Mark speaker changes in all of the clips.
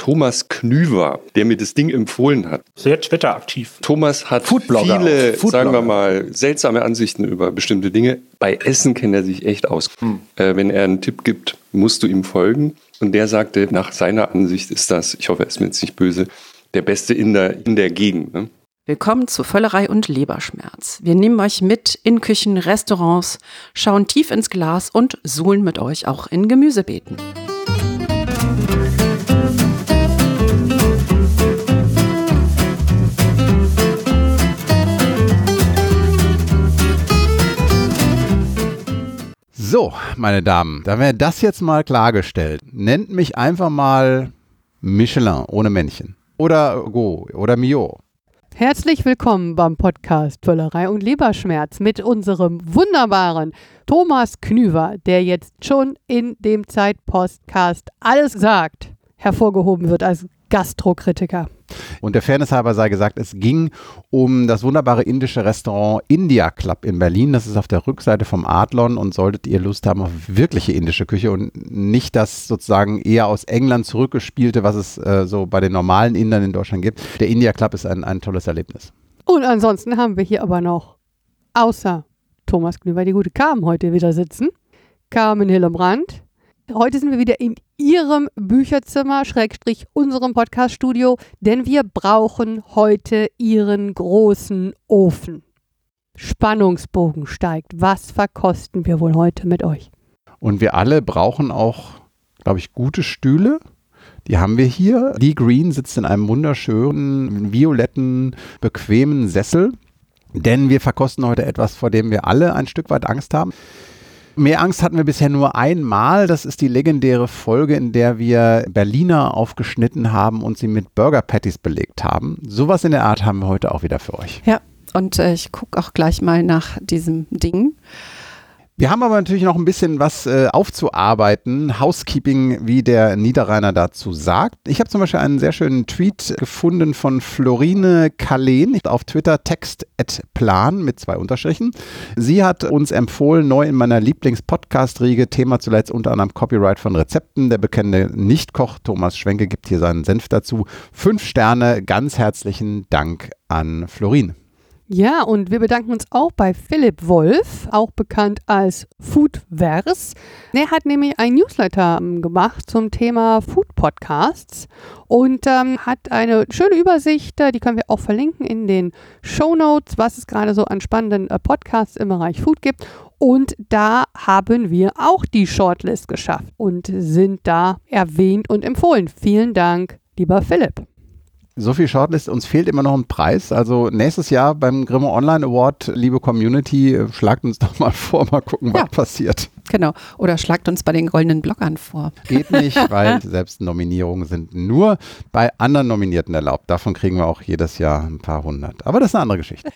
Speaker 1: Thomas Knüver, der mir das Ding empfohlen hat.
Speaker 2: Sehr Twitter-aktiv.
Speaker 1: Thomas hat viele, sagen wir mal, seltsame Ansichten über bestimmte Dinge. Bei Essen kennt er sich echt aus. Wenn er einen Tipp gibt, musst du ihm folgen. Und der sagte, nach seiner Ansicht ist das, ich hoffe, er ist mir jetzt nicht böse, der beste Inder in der Gegend. Ne?
Speaker 3: Willkommen zu Völlerei und Leberschmerz. Wir nehmen euch mit in Küchen, Restaurants, schauen tief ins Glas und suhlen mit euch auch in Gemüsebeeten.
Speaker 4: So, meine Damen, da wäre das jetzt mal klargestellt. Nennt mich einfach mal Michelin ohne Männchen. Oder Go oder Mio.
Speaker 5: Herzlich willkommen beim Podcast Völlerei und Leberschmerz mit unserem wunderbaren Thomas Knüver, der jetzt schon in dem Zeit-Podcast alles sagt, hervorgehoben wird als Gastrokritiker.
Speaker 4: Und der Fairness halber sei gesagt, es ging um das wunderbare indische Restaurant India Club in Berlin. Das ist auf der Rückseite vom Adlon und solltet ihr Lust haben auf wirkliche indische Küche und nicht das sozusagen eher aus England zurückgespielte, was es so bei den normalen Indern in Deutschland gibt. Der India Club ist ein tolles Erlebnis.
Speaker 5: Und ansonsten haben wir hier aber noch, außer Thomas Knüver, die gute Carmen heute wieder sitzen. Carmen Hillebrand. Heute sind wir wieder in Ihrem Bücherzimmer, / unserem Podcaststudio, denn wir brauchen heute Ihren großen Ofen. Spannungsbogen steigt. Was verkosten wir wohl heute mit euch?
Speaker 4: Und wir alle brauchen auch, glaube ich, gute Stühle. Die haben wir hier. Lee Green sitzt in einem wunderschönen, violetten, bequemen Sessel, denn wir verkosten heute etwas, vor dem wir alle ein Stück weit Angst haben. Mehr Angst hatten wir bisher nur einmal. Das ist die legendäre Folge, in der wir Berliner aufgeschnitten haben und sie mit Burger Patties belegt haben. Sowas in der Art haben wir heute auch wieder für euch.
Speaker 3: Ja, und ich gucke auch gleich mal nach diesem Ding.
Speaker 4: Wir haben aber natürlich noch ein bisschen was aufzuarbeiten. Housekeeping, wie der Niederrheiner dazu sagt. Ich habe zum Beispiel einen sehr schönen Tweet gefunden von Florine Kallen auf Twitter, text@plan mit 2 Unterstrichen. Sie hat uns empfohlen, neu in meiner Lieblings-Podcast-Riege, Thema zuletzt unter anderem Copyright von Rezepten. Der bekannte Nichtkoch Thomas Schwenke gibt hier seinen Senf dazu. 5 Sterne, ganz herzlichen Dank an Florine.
Speaker 5: Ja, und wir bedanken uns auch bei Philipp Wolf, auch bekannt als Foodverse. Der hat nämlich ein Newsletter gemacht zum Thema Food-Podcasts und hat eine schöne Übersicht, die können wir auch verlinken in den Shownotes, was es gerade so an spannenden Podcasts im Bereich Food gibt. Und da haben wir auch die Shortlist geschafft und sind da erwähnt und empfohlen. Vielen Dank, lieber Philipp.
Speaker 4: So viel Shortlist, uns fehlt immer noch ein Preis. Also nächstes Jahr beim Grimme Online Award, liebe Community, schlagt uns doch mal vor, mal gucken, was passiert.
Speaker 3: Genau, oder schlagt uns bei den goldenen Bloggern vor.
Speaker 4: Geht nicht, weil selbst Nominierungen sind nur bei anderen Nominierten erlaubt. Davon kriegen wir auch jedes Jahr ein paar hundert. Aber das ist eine andere Geschichte.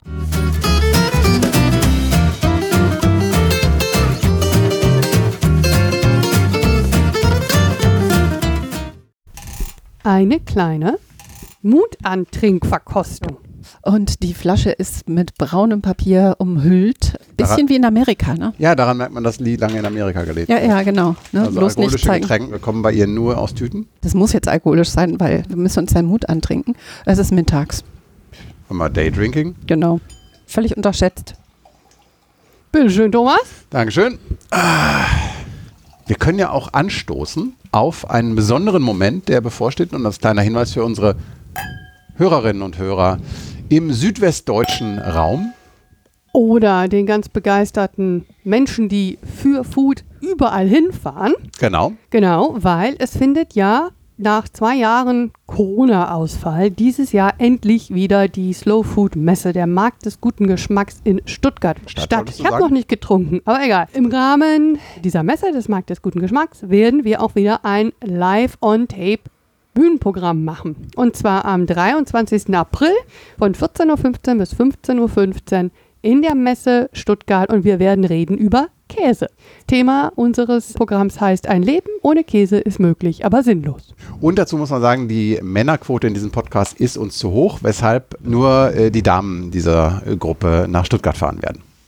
Speaker 5: Eine kleine Mutantrinkverkostung.
Speaker 3: Und die Flasche ist mit braunem Papier umhüllt. Bisschen wie in Amerika, ne?
Speaker 4: Ja, daran merkt man, dass Lee lange in Amerika gelebt hat.
Speaker 3: Ja, genau. Ne?
Speaker 4: Also
Speaker 3: bloß nicht
Speaker 4: alkoholische
Speaker 3: zeigen.
Speaker 4: Getränke kommen bei ihr nur aus Tüten.
Speaker 3: Das muss jetzt alkoholisch sein, weil wir müssen uns seinen Mut antrinken. Es ist mittags.
Speaker 4: Haben wir Daydrinking.
Speaker 3: Genau. Völlig unterschätzt.
Speaker 5: Bitteschön, Thomas.
Speaker 4: Dankeschön. Wir können ja auch anstoßen auf einen besonderen Moment, der bevorsteht. Und das kleiner Hinweis für unsere Hörerinnen und Hörer im südwestdeutschen Raum.
Speaker 5: Oder den ganz begeisterten Menschen, die für Food überall hinfahren.
Speaker 4: Genau.
Speaker 5: Genau, weil es findet ja nach 2 Jahren Corona-Ausfall dieses Jahr endlich wieder die Slow Food Messe, der Markt des guten Geschmacks in Stuttgart statt. Ich habe noch nicht getrunken, aber egal. Im Rahmen dieser Messe des Markt des guten Geschmacks werden wir auch wieder ein Live-on-Tape Bühnenprogramm machen. Und zwar am 23. April von 14.15 Uhr bis 15.15 Uhr in der Messe Stuttgart und wir werden reden über Käse. Thema unseres Programms heißt: Ein Leben ohne Käse ist möglich, aber sinnlos.
Speaker 4: Und dazu muss man sagen, die Männerquote in diesem Podcast ist uns zu hoch, weshalb nur die Damen dieser Gruppe nach Stuttgart fahren werden.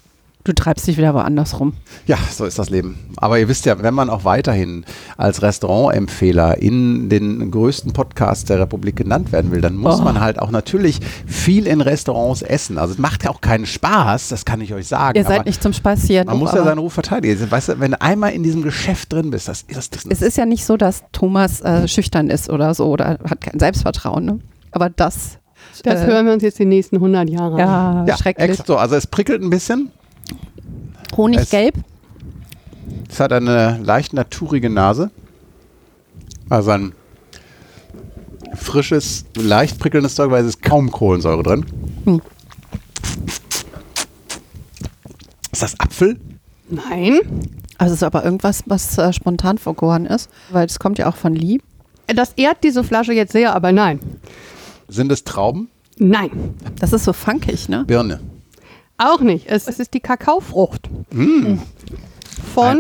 Speaker 3: Du treibst dich wieder woanders rum.
Speaker 4: Ja, so ist das Leben. Aber ihr wisst ja, wenn man auch weiterhin als Restaurantempfehler in den größten Podcasts der Republik genannt werden will, dann muss man halt auch natürlich viel in Restaurants essen. Also es macht ja auch keinen Spaß, das kann ich euch sagen.
Speaker 3: Ihr seid nicht zum Spazieren.
Speaker 4: Man muss ja seinen Ruf verteidigen. Weißt du, wenn du einmal in diesem Geschäft drin bist, das ist
Speaker 3: es ist ja nicht so, dass Thomas schüchtern ist oder so oder hat kein Selbstvertrauen. Ne? Aber das
Speaker 5: hören wir uns jetzt die nächsten 100 Jahre an.
Speaker 3: Ja, schrecklich.
Speaker 4: So, also es prickelt ein bisschen.
Speaker 3: Honiggelb.
Speaker 4: Es hat eine leicht naturige Nase. Also ein frisches, leicht prickelndes Zeug, weil es ist kaum Kohlensäure drin. Ist das Apfel?
Speaker 5: Nein.
Speaker 3: Also es ist aber irgendwas, was spontan vergoren ist, weil es kommt ja auch von Lee.
Speaker 5: Das ehrt diese Flasche jetzt sehr, aber nein.
Speaker 4: Sind es Trauben?
Speaker 5: Nein.
Speaker 3: Das ist so funkig, ne?
Speaker 4: Birne.
Speaker 5: Auch nicht. Es ist die Kakaofrucht. Von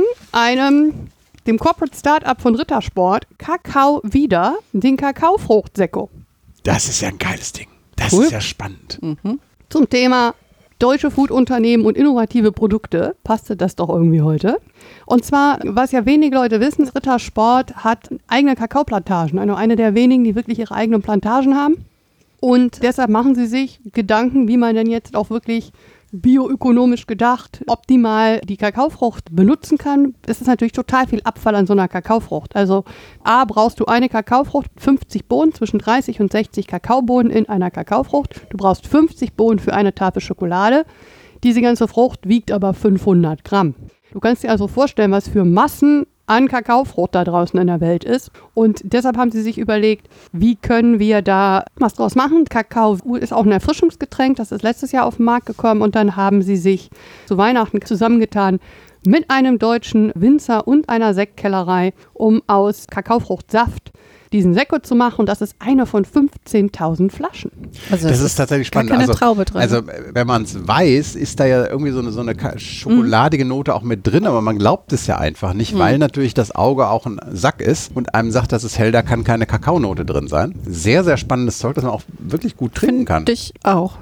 Speaker 5: dem Corporate Startup von Rittersport, Kakao wieder, den Kakaofruchtsekko.
Speaker 4: Das ist ja ein geiles Ding. Das ist ja spannend.
Speaker 5: Zum Thema deutsche Foodunternehmen und innovative Produkte passte das doch irgendwie heute. Und zwar, was ja wenige Leute wissen, Rittersport hat eigene Kakaoplantagen. Eine der wenigen, die wirklich ihre eigenen Plantagen haben. Und deshalb machen sie sich Gedanken, wie man denn jetzt auch wirklich bioökonomisch gedacht optimal die Kakaofrucht benutzen kann. Es ist natürlich total viel Abfall an so einer Kakaofrucht. Also brauchst du eine Kakaofrucht, 50 Bohnen, zwischen 30 und 60 Kakaobohnen in einer Kakaofrucht. Du brauchst 50 Bohnen für eine Tafel Schokolade. Diese ganze Frucht wiegt aber 500 Gramm. Du kannst dir also vorstellen, was für Massen an Kakaofrucht da draußen in der Welt ist. Und deshalb haben sie sich überlegt, wie können wir da was draus machen. Kakao ist auch ein Erfrischungsgetränk, das ist letztes Jahr auf den Markt gekommen. Und dann haben sie sich zu Weihnachten zusammengetan mit einem deutschen Winzer und einer Sektkellerei, um aus Kakaofruchtsaft diesen Sekko zu machen. Und das ist eine von 15.000 Flaschen.
Speaker 4: Also das ist tatsächlich spannend.
Speaker 3: Keine Traube drin.
Speaker 4: Also wenn man es weiß, ist da ja irgendwie so eine schokoladige Note auch mit drin, aber man glaubt es ja einfach nicht, weil natürlich das Auge auch ein Sack ist und einem sagt, das ist hell, da kann keine Kakaonote drin sein. Sehr, sehr spannendes Zeug, das man auch wirklich gut trinken kann.
Speaker 3: Finde ich auch.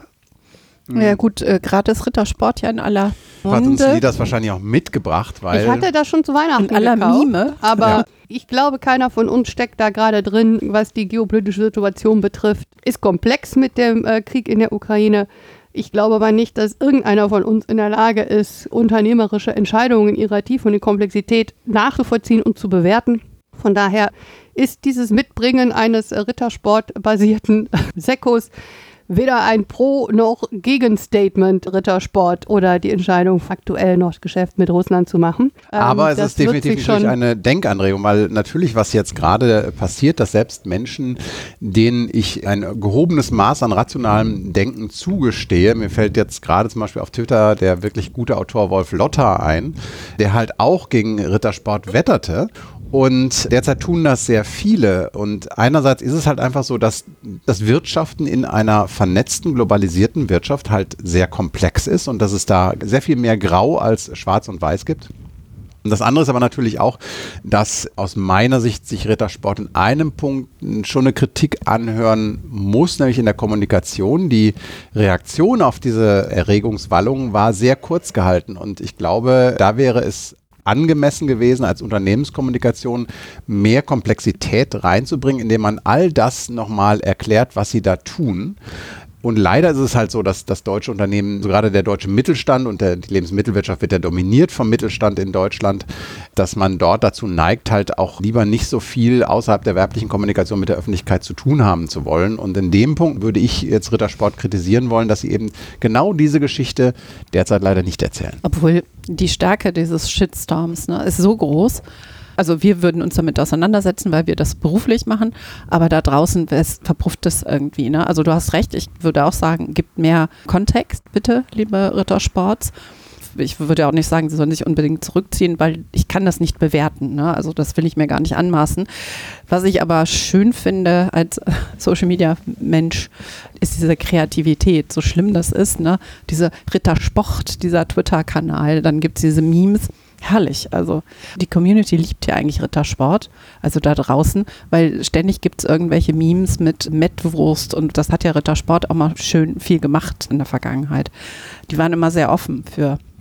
Speaker 3: Ja gut, gerade ist Rittersport ja in aller Munde.
Speaker 4: Hat uns Lee das wahrscheinlich auch mitgebracht, weil...
Speaker 5: Ich hatte das schon zu Weihnachten
Speaker 3: in aller
Speaker 5: gekauft,
Speaker 3: Mime.
Speaker 5: Aber ich glaube, keiner von uns steckt da gerade drin, was die geopolitische Situation betrifft. Ist komplex mit dem Krieg in der Ukraine. Ich glaube aber nicht, dass irgendeiner von uns in der Lage ist, unternehmerische Entscheidungen in ihrer Tiefe und in Komplexität nachzuvollziehen und zu bewerten. Von daher ist dieses Mitbringen eines Rittersport-basierten Sekkos weder ein Pro- noch Gegenstatement Rittersport oder die Entscheidung, aktuell noch Geschäft mit Russland zu machen.
Speaker 4: Aber es ist definitiv eine Denkanregung, weil natürlich, was jetzt gerade passiert, dass selbst Menschen, denen ich ein gehobenes Maß an rationalem Denken zugestehe, mir fällt jetzt gerade zum Beispiel auf Twitter der wirklich gute Autor Wolf Lotter ein, der halt auch gegen Rittersport wetterte. Und derzeit tun das sehr viele. Und einerseits ist es halt einfach so, dass das Wirtschaften in einer vernetzten, globalisierten Wirtschaft halt sehr komplex ist und dass es da sehr viel mehr Grau als Schwarz und Weiß gibt. Und das andere ist aber natürlich auch, dass aus meiner Sicht sich Rittersport in einem Punkt schon eine Kritik anhören muss, nämlich in der Kommunikation. Die Reaktion auf diese Erregungswallung war sehr kurz gehalten. Und ich glaube, da wäre es angemessen gewesen, als Unternehmenskommunikation mehr Komplexität reinzubringen, indem man all das nochmal erklärt, was sie da tun. Und leider ist es halt so, dass das deutsche Unternehmen, so gerade der deutsche Mittelstand und die Lebensmittelwirtschaft wird ja dominiert vom Mittelstand in Deutschland, dass man dort dazu neigt, halt auch lieber nicht so viel außerhalb der werblichen Kommunikation mit der Öffentlichkeit zu tun haben zu wollen. Und in dem Punkt würde ich jetzt Rittersport kritisieren wollen, dass sie eben genau diese Geschichte derzeit leider nicht erzählen.
Speaker 3: Obwohl die Stärke dieses Shitstorms ist so groß. Also wir würden uns damit auseinandersetzen, weil wir das beruflich machen, aber da draußen verpufft es irgendwie. Ne? Also du hast recht, ich würde auch sagen, gibt mehr Kontext, bitte, liebe Rittersports. Ich würde auch nicht sagen, sie sollen sich unbedingt zurückziehen, weil ich kann das nicht bewerten. Ne? Also das will ich mir gar nicht anmaßen. Was ich aber schön finde als Social-Media-Mensch, ist diese Kreativität, so schlimm das ist. Ne? Diese Rittersport, dieser Twitter-Kanal, dann gibt es diese Memes. Herrlich, also die Community liebt ja eigentlich Rittersport, also da draußen, weil ständig gibt es irgendwelche Memes mit Mettwurst und das hat ja Rittersport auch mal schön viel gemacht in der Vergangenheit. Die waren immer sehr offen für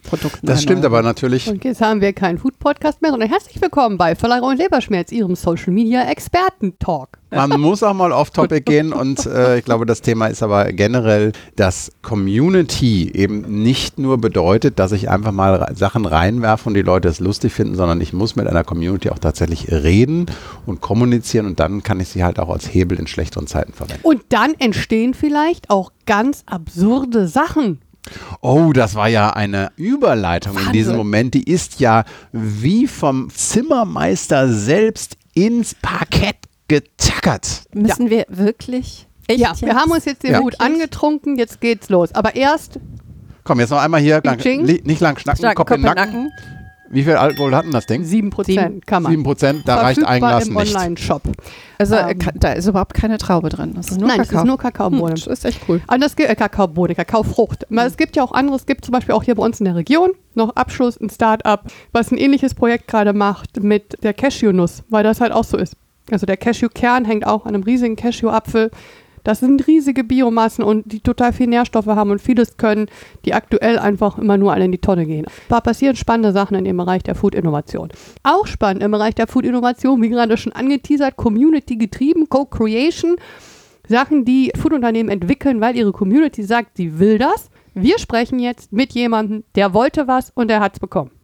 Speaker 3: Produkten.
Speaker 4: Das stimmt aber natürlich.
Speaker 5: Und jetzt haben wir keinen Food-Podcast mehr, sondern herzlich willkommen bei Verleiher und Leberschmerz, Ihrem Social-Media-Experten-Talk.
Speaker 4: Man muss auch mal off-topic gehen und ich glaube, das Thema ist aber generell, dass Community eben nicht nur bedeutet, dass ich einfach mal Sachen reinwerfe und die Leute es lustig finden, sondern ich muss mit einer Community auch tatsächlich reden und kommunizieren und dann kann ich sie halt auch als Hebel in schlechteren Zeiten verwenden.
Speaker 5: Und dann entstehen vielleicht auch ganz absurde Sachen.
Speaker 4: Oh, das war ja eine Überleitung in diesem Moment. Die ist ja wie vom Zimmermeister selbst ins Parkett getackert.
Speaker 3: Müssen wir wirklich? Echt
Speaker 5: Ja,
Speaker 3: jetzt?
Speaker 5: wir haben uns jetzt den Mut angetrunken, jetzt geht's los. Aber erst
Speaker 4: Komm, jetzt noch einmal hier, nicht lang schnacken, Kopf in den Nacken. Wie viel Alkohol hat denn das Ding?
Speaker 5: 7% kann man.
Speaker 4: 7%, da reicht ein Glas
Speaker 5: im
Speaker 4: nicht.
Speaker 5: Online-Shop.
Speaker 3: Also da ist überhaupt keine Traube drin. Das ist nur Kakao.
Speaker 5: Das ist nur Kakaobohnen.
Speaker 3: Das ist echt cool.
Speaker 5: Und das gibt Kakaobohnen, Kakaofrucht. Es gibt ja auch andere, es gibt zum Beispiel auch hier bei uns in der Region noch Abschluss, ein Start-up, was ein ähnliches Projekt gerade macht mit der Cashew-Nuss, weil das halt auch so ist. Also der Cashew-Kern hängt auch an einem riesigen Cashew-Apfel. Das sind riesige Biomassen und die total viel Nährstoffe haben und vieles können, die aktuell einfach immer nur alle in die Tonne gehen. Da passieren spannende Sachen in dem Bereich der Food-Innovation. Auch spannend im Bereich der Food-Innovation, wie gerade schon angeteasert, Community-getrieben, Co-Creation. Sachen, die Food-Unternehmen entwickeln, weil ihre Community sagt, sie will das. Wir sprechen jetzt mit jemandem, der wollte was und der hat es bekommen.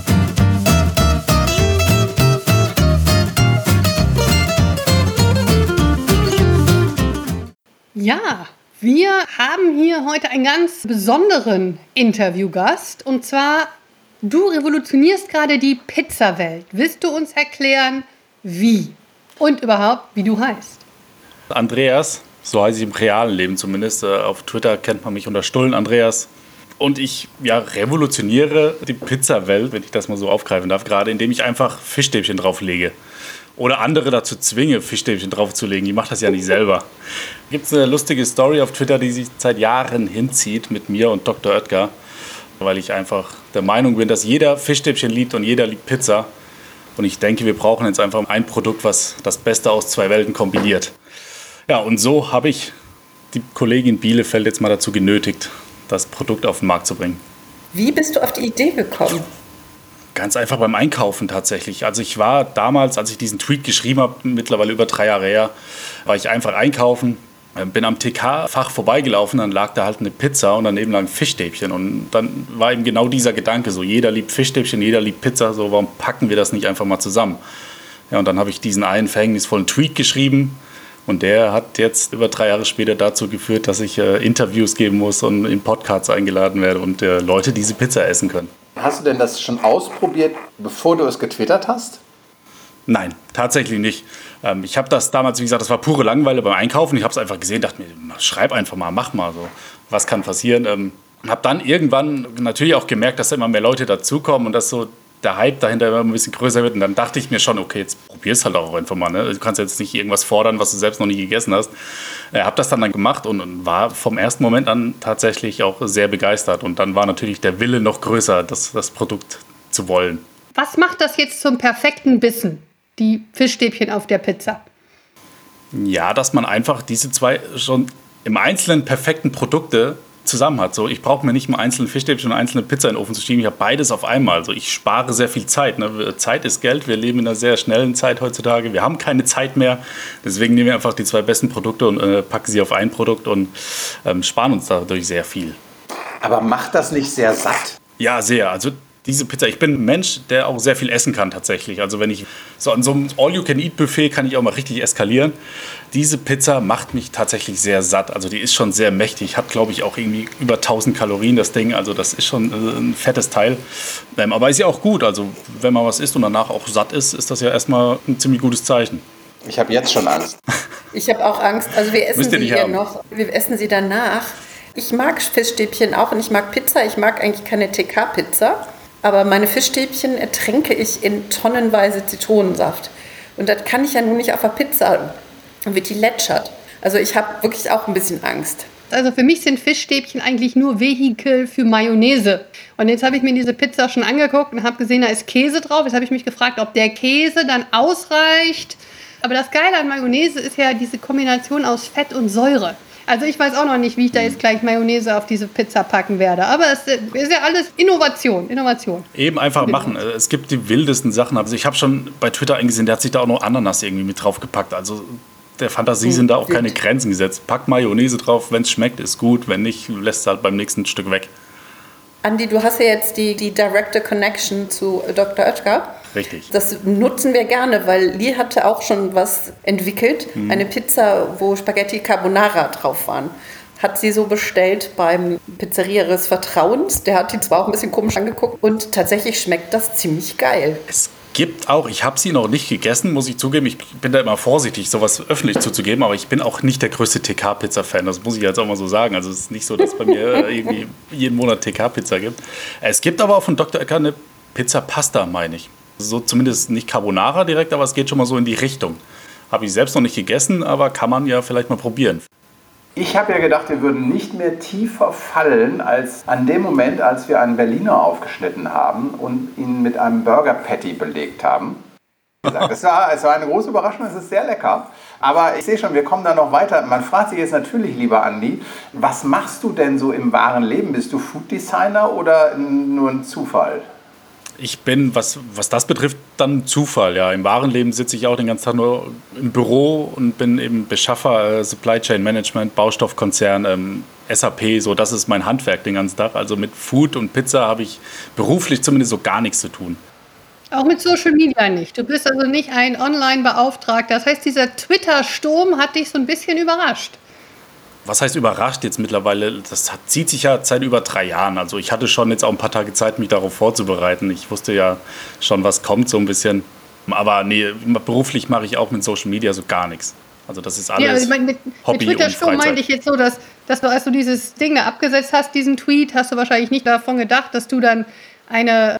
Speaker 5: Ja, wir haben hier heute einen ganz besonderen Interviewgast. Und zwar, du revolutionierst gerade die Pizzawelt. Willst du uns erklären, wie? Und überhaupt, wie du heißt?
Speaker 2: Andreas, so heiße ich im realen Leben zumindest. Auf Twitter kennt man mich unter Stullen Andreas. Und ich revolutioniere die Pizzawelt, wenn ich das mal so aufgreifen darf, gerade indem ich einfach Fischstäbchen drauflege. Oder andere dazu zwinge, Fischstäbchen draufzulegen. Die macht das ja nicht selber. Gibt es eine lustige Story auf Twitter, die sich seit Jahren hinzieht mit mir und Dr. Oetker. Weil ich einfach der Meinung bin, dass jeder Fischstäbchen liebt und jeder liebt Pizza. Und ich denke, wir brauchen jetzt einfach ein Produkt, was das Beste aus zwei Welten kombiniert. Ja, und so habe ich die Kollegin Bielefeld jetzt mal dazu genötigt, das Produkt auf den Markt zu bringen.
Speaker 6: Wie bist du auf die Idee gekommen?
Speaker 2: Ganz einfach beim Einkaufen tatsächlich. Also ich war damals, als ich diesen Tweet geschrieben habe, mittlerweile über 3 Jahre her, war ich einfach einkaufen, bin am TK-Fach vorbeigelaufen, dann lag da halt eine Pizza und daneben lag ein Fischstäbchen. Und dann war eben genau dieser Gedanke, so jeder liebt Fischstäbchen, jeder liebt Pizza, so warum packen wir das nicht einfach mal zusammen? Ja, und dann habe ich diesen einen verhängnisvollen Tweet geschrieben und der hat jetzt über 3 Jahre später dazu geführt, dass ich Interviews geben muss und in Podcasts eingeladen werde und Leute diese Pizza essen können.
Speaker 7: Hast du denn das schon ausprobiert, bevor du es getwittert hast?
Speaker 2: Nein, tatsächlich nicht. Ich habe das damals, wie gesagt, das war pure Langeweile beim Einkaufen. Ich habe es einfach gesehen, dachte mir, schreib einfach mal, mach mal so. Was kann passieren? Habe dann irgendwann natürlich auch gemerkt, dass da immer mehr Leute dazukommen und dass so der Hype dahinter immer ein bisschen größer wird. Und dann dachte ich mir schon, okay, jetzt probier's halt auch einfach mal. Ne? Du kannst jetzt nicht irgendwas fordern, was du selbst noch nie gegessen hast. Habe das dann gemacht und war vom ersten Moment an tatsächlich auch sehr begeistert. Und dann war natürlich der Wille noch größer, das Produkt zu wollen.
Speaker 5: Was macht das jetzt zum perfekten Bissen? Die Fischstäbchen auf der Pizza.
Speaker 2: Ja, dass man einfach diese zwei schon im Einzelnen perfekten Produkte zusammen hat. So, ich brauche mir nicht mal einzelne Fischstäbchen und einzelne Pizza in den Ofen zu schieben. Ich habe beides auf einmal. Also ich spare sehr viel Zeit. Ne? Zeit ist Geld. Wir leben in einer sehr schnellen Zeit heutzutage. Wir haben keine Zeit mehr. Deswegen nehmen wir einfach die 2 besten Produkte und packen sie auf ein Produkt und sparen uns dadurch sehr viel.
Speaker 7: Aber macht das nicht sehr satt?
Speaker 2: Ja, sehr. Also diese Pizza, ich bin ein Mensch, der auch sehr viel essen kann tatsächlich. Also wenn ich so an so einem All-You-Can-Eat-Buffet kann ich auch mal richtig eskalieren. Diese Pizza macht mich tatsächlich sehr satt. Also die ist schon sehr mächtig. Hat, glaube ich, auch irgendwie über 1000 Kalorien, das Ding. Also das ist schon ein fettes Teil. Aber ist ja auch gut. Also wenn man was isst und danach auch satt ist, ist das ja erstmal ein ziemlich gutes Zeichen.
Speaker 7: Ich habe jetzt schon Angst.
Speaker 6: Ich habe auch Angst. Also wir essen sie ja noch. Wir essen sie danach. Ich mag Fischstäbchen auch und ich mag Pizza. Ich mag eigentlich keine TK-Pizza. Aber meine Fischstäbchen ertränke ich in tonnenweise Zitronensaft. Und das kann ich ja nun nicht auf der Pizza. Dann wird die lätschert. Also ich habe wirklich auch ein bisschen Angst.
Speaker 5: Also für mich sind Fischstäbchen eigentlich nur Vehikel für Mayonnaise. Und jetzt habe ich mir diese Pizza schon angeguckt und habe gesehen, da ist Käse drauf. Jetzt habe ich mich gefragt, ob der Käse dann ausreicht. Aber das Geile an Mayonnaise ist ja diese Kombination aus Fett und Säure. Also ich weiß auch noch nicht, wie ich da jetzt gleich Mayonnaise auf diese Pizza packen werde. Aber es ist ja alles Innovation.
Speaker 2: Eben einfach machen. Es gibt die wildesten Sachen. Also ich habe schon bei Twitter eingesehen, der hat sich da auch noch Ananas irgendwie mit draufgepackt. Also der Fantasie sind da auch keine Grenzen gesetzt. Pack Mayonnaise drauf, wenn es schmeckt, ist gut. Wenn nicht, lässt es halt beim nächsten Stück weg.
Speaker 6: Andi, du hast ja jetzt die Director Connection zu Dr. Oetker.
Speaker 2: Richtig.
Speaker 6: Das nutzen wir gerne, weil Lee hatte auch schon was entwickelt. Eine Pizza, wo Spaghetti Carbonara drauf waren. Hat sie so bestellt beim Pizzeria ihres Vertrauens. Der hat die zwar auch ein bisschen komisch angeguckt und tatsächlich schmeckt das ziemlich geil.
Speaker 2: Es gibt auch, ich habe sie noch nicht gegessen, muss ich zugeben. Ich bin da immer vorsichtig, sowas öffentlich zuzugeben, aber ich bin auch nicht der größte TK-Pizza-Fan. Das muss ich jetzt auch mal so sagen. Also es ist nicht so, dass es bei mir irgendwie jeden Monat TK-Pizza gibt. Es gibt aber auch von Dr. Oetker eine Pizza-Pasta, meine ich. So zumindest nicht Carbonara direkt, aber es geht schon mal so in die Richtung. Habe ich selbst noch nicht gegessen, aber kann man ja vielleicht mal probieren.
Speaker 7: Ich habe ja gedacht, wir würden nicht mehr tiefer fallen als an dem Moment, als wir einen Berliner aufgeschnitten haben und ihn mit einem Burger Patty belegt haben. Es war eine große Überraschung, es ist sehr lecker. Aber ich sehe schon, wir kommen da noch weiter. Man fragt sich jetzt natürlich, lieber Andi, was machst du denn so im wahren Leben? Bist du Food Designer oder nur ein Zufall?
Speaker 2: Ich bin, was das betrifft, dann Zufall. Ja. Im wahren Leben sitze ich auch den ganzen Tag nur im Büro und bin eben Beschaffer, Supply Chain Management, Baustoffkonzern, SAP. So, das ist mein Handwerk den ganzen Tag. Also mit Food und Pizza habe ich beruflich zumindest so gar nichts zu tun.
Speaker 5: Auch mit Social Media nicht. Du bist also nicht ein Online-Beauftragter. Das heißt, dieser Twitter-Sturm hat dich so ein bisschen überrascht.
Speaker 2: Was heißt überrascht jetzt mittlerweile? Das zieht sich ja seit über 3 Jahren. Also ich hatte schon jetzt auch ein paar Tage Zeit, mich darauf vorzubereiten. Ich wusste ja schon, was kommt so ein bisschen. Aber nee, beruflich mache ich auch mit Social Media so gar nichts. Also das ist alles
Speaker 5: ja, ich meine, mit Twitter-Sturm meinte ich jetzt so, dass du, als du dieses Ding da abgesetzt hast, diesen Tweet, hast du wahrscheinlich nicht davon gedacht, dass du dann eine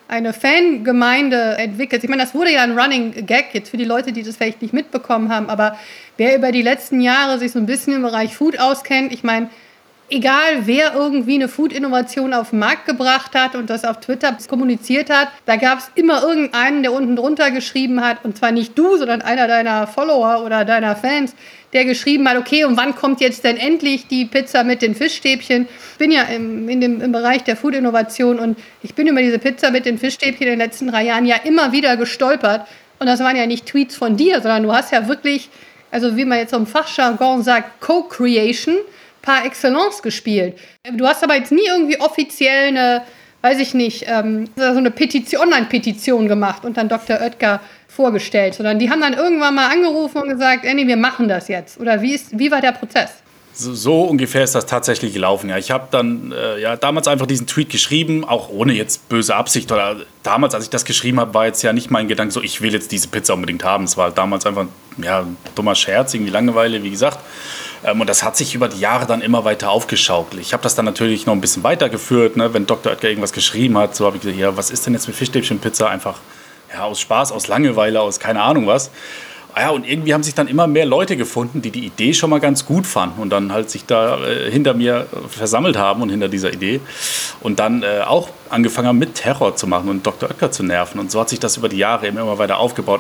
Speaker 5: Fangemeinde entwickelst. Ich meine, das wurde ja ein Running Gag jetzt für die Leute, die das vielleicht nicht mitbekommen haben, aber wer über die letzten Jahre sich so ein bisschen im Bereich Food auskennt, ich meine, egal wer irgendwie eine Food-Innovation auf den Markt gebracht hat und das auf Twitter kommuniziert hat, da gab es immer irgendeinen, der unten drunter geschrieben hat, und zwar nicht du, sondern einer deiner Follower oder deiner Fans, der geschrieben hat, okay, und wann kommt jetzt denn endlich die Pizza mit den Fischstäbchen? Ich bin ja im Bereich der Food-Innovation und ich bin über diese Pizza mit den Fischstäbchen in den letzten 3 Jahren ja immer wieder gestolpert. Und das waren ja nicht Tweets von dir, sondern du hast ja wirklich, also wie man jetzt so im Fachjargon sagt, Co-Creation par excellence gespielt. Du hast aber jetzt nie irgendwie offiziell eine, weiß ich nicht, so eine Online-Petition gemacht und dann Dr. Oetker vorgestellt, sondern die haben dann irgendwann mal angerufen und gesagt, nee, wir machen das jetzt. Oder wie war der Prozess?
Speaker 2: So ungefähr ist das tatsächlich gelaufen. Ja, ich habe dann damals einfach diesen Tweet geschrieben, auch ohne jetzt böse Absicht. Oder damals, als ich das geschrieben habe, war jetzt ja nicht mein Gedanke so, ich will jetzt diese Pizza unbedingt haben. Es war halt damals einfach ein dummer Scherz, irgendwie Langeweile, wie gesagt. Und das hat sich über die Jahre dann immer weiter aufgeschaukelt. Ich habe das dann natürlich noch ein bisschen weitergeführt, ne? Wenn Dr. Oetker irgendwas geschrieben hat, so habe ich gesagt, ja, was ist denn jetzt mit Fischstäbchenpizza? Einfach aus Spaß, aus Langeweile, aus keine Ahnung was. Ja, und irgendwie haben sich dann immer mehr Leute gefunden, die die Idee schon mal ganz gut fanden und dann halt sich da hinter mir versammelt haben und hinter dieser Idee und dann auch angefangen haben, mit Terror zu machen und Dr. Oetker zu nerven. Und so hat sich das über die Jahre immer weiter aufgebaut.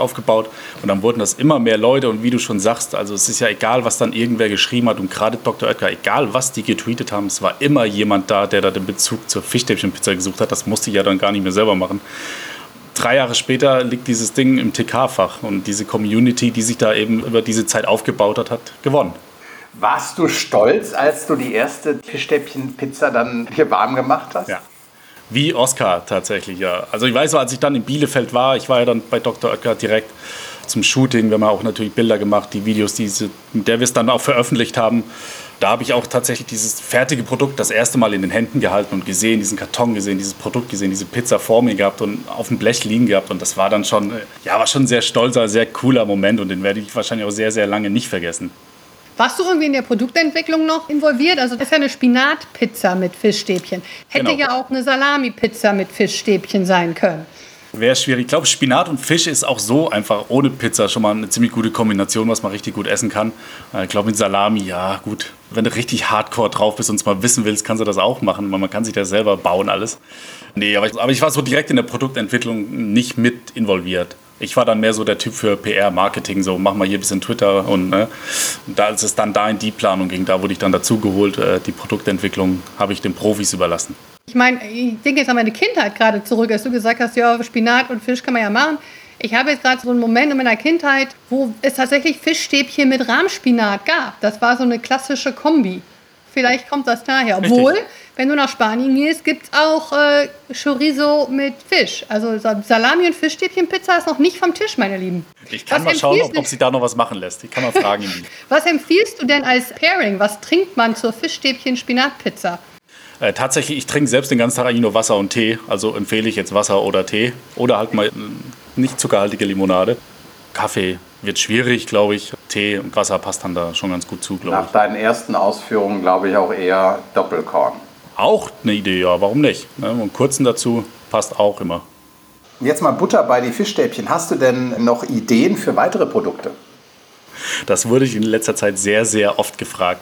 Speaker 2: Und dann wurden das immer mehr Leute. Und wie du schon sagst, also es ist ja egal, was dann irgendwer geschrieben hat. Und gerade Dr. Oetker, egal was die getweetet haben, es war immer jemand da, der da den Bezug zur Fischstäbchenpizza gesucht hat. Das musste ich ja dann gar nicht mehr selber machen. 3 Jahre später liegt dieses Ding im TK-Fach und diese Community, die sich da eben über diese Zeit aufgebaut hat, hat gewonnen.
Speaker 7: Warst du stolz, als du die erste Fischstäbchenpizza dann hier warm gemacht hast?
Speaker 2: Ja, wie Oscar tatsächlich, ja. Also ich weiß noch, als ich dann in Bielefeld war, ich war ja dann bei Dr. Oetker direkt zum Shooting, wir haben auch natürlich Bilder gemacht, die Videos, mit der wir es dann auch veröffentlicht haben. Da habe ich auch tatsächlich dieses fertige Produkt das erste Mal in den Händen gehalten und gesehen, diesen Karton gesehen, dieses Produkt gesehen, diese Pizza vor mir gehabt und auf dem Blech liegen gehabt. Und das war dann schon, war schon ein sehr stolzer, sehr cooler Moment und den werde ich wahrscheinlich auch sehr, sehr lange nicht vergessen.
Speaker 5: Warst du irgendwie in der Produktentwicklung noch involviert? Also das ist ja eine Spinatpizza mit Fischstäbchen. Hätte ja auch eine Salami-Pizza mit Fischstäbchen sein können.
Speaker 2: Wäre schwierig. Ich glaube, Spinat und Fisch ist auch so einfach ohne Pizza schon mal eine ziemlich gute Kombination, was man richtig gut essen kann. Ich glaube, mit Salami, ja gut. Wenn du richtig hardcore drauf bist und es mal wissen willst, kannst du das auch machen. Man kann sich das selber bauen alles. Nee, aber ich war so direkt in der Produktentwicklung nicht mit involviert. Ich war dann mehr so der Typ für PR-Marketing, so mach mal hier ein bisschen Twitter und als es dann da in die Planung ging, da wurde ich dann dazugeholt. Die Produktentwicklung habe ich den Profis überlassen.
Speaker 5: Ich meine, ich denke jetzt an meine Kindheit gerade zurück, als du gesagt hast, ja, Spinat und Fisch kann man ja machen. Ich habe jetzt gerade so einen Moment in meiner Kindheit, wo es tatsächlich Fischstäbchen mit Rahmspinat gab. Das war so eine klassische Kombi. Vielleicht kommt das daher.
Speaker 2: Richtig.
Speaker 5: Obwohl, wenn du nach Spanien gehst, gibt es auch Chorizo mit Fisch. Also Salami- und Fischstäbchen-Pizza ist noch nicht vom Tisch, meine Lieben.
Speaker 2: Ich kann mal schauen, ob sie da noch was machen lässt. Ich kann mal fragen.
Speaker 5: Was empfiehlst du denn als Pairing? Was trinkt man zur Fischstäbchen-Spinat-Pizza?
Speaker 2: Tatsächlich, ich trinke selbst den ganzen Tag eigentlich nur Wasser und Tee. Also empfehle ich jetzt Wasser oder Tee. Oder halt mal nicht zuckerhaltige Limonade. Kaffee wird schwierig, glaube ich. Tee und Wasser passt dann da schon ganz gut zu, glaube ich.
Speaker 7: Nach deinen ersten Ausführungen glaube ich auch eher Doppelkorn.
Speaker 2: Auch eine Idee, ja, warum nicht? Und kurzen dazu passt auch immer.
Speaker 7: Jetzt mal Butter bei die Fischstäbchen. Hast du denn noch Ideen für weitere Produkte?
Speaker 2: Das wurde ich in letzter Zeit sehr, sehr oft gefragt.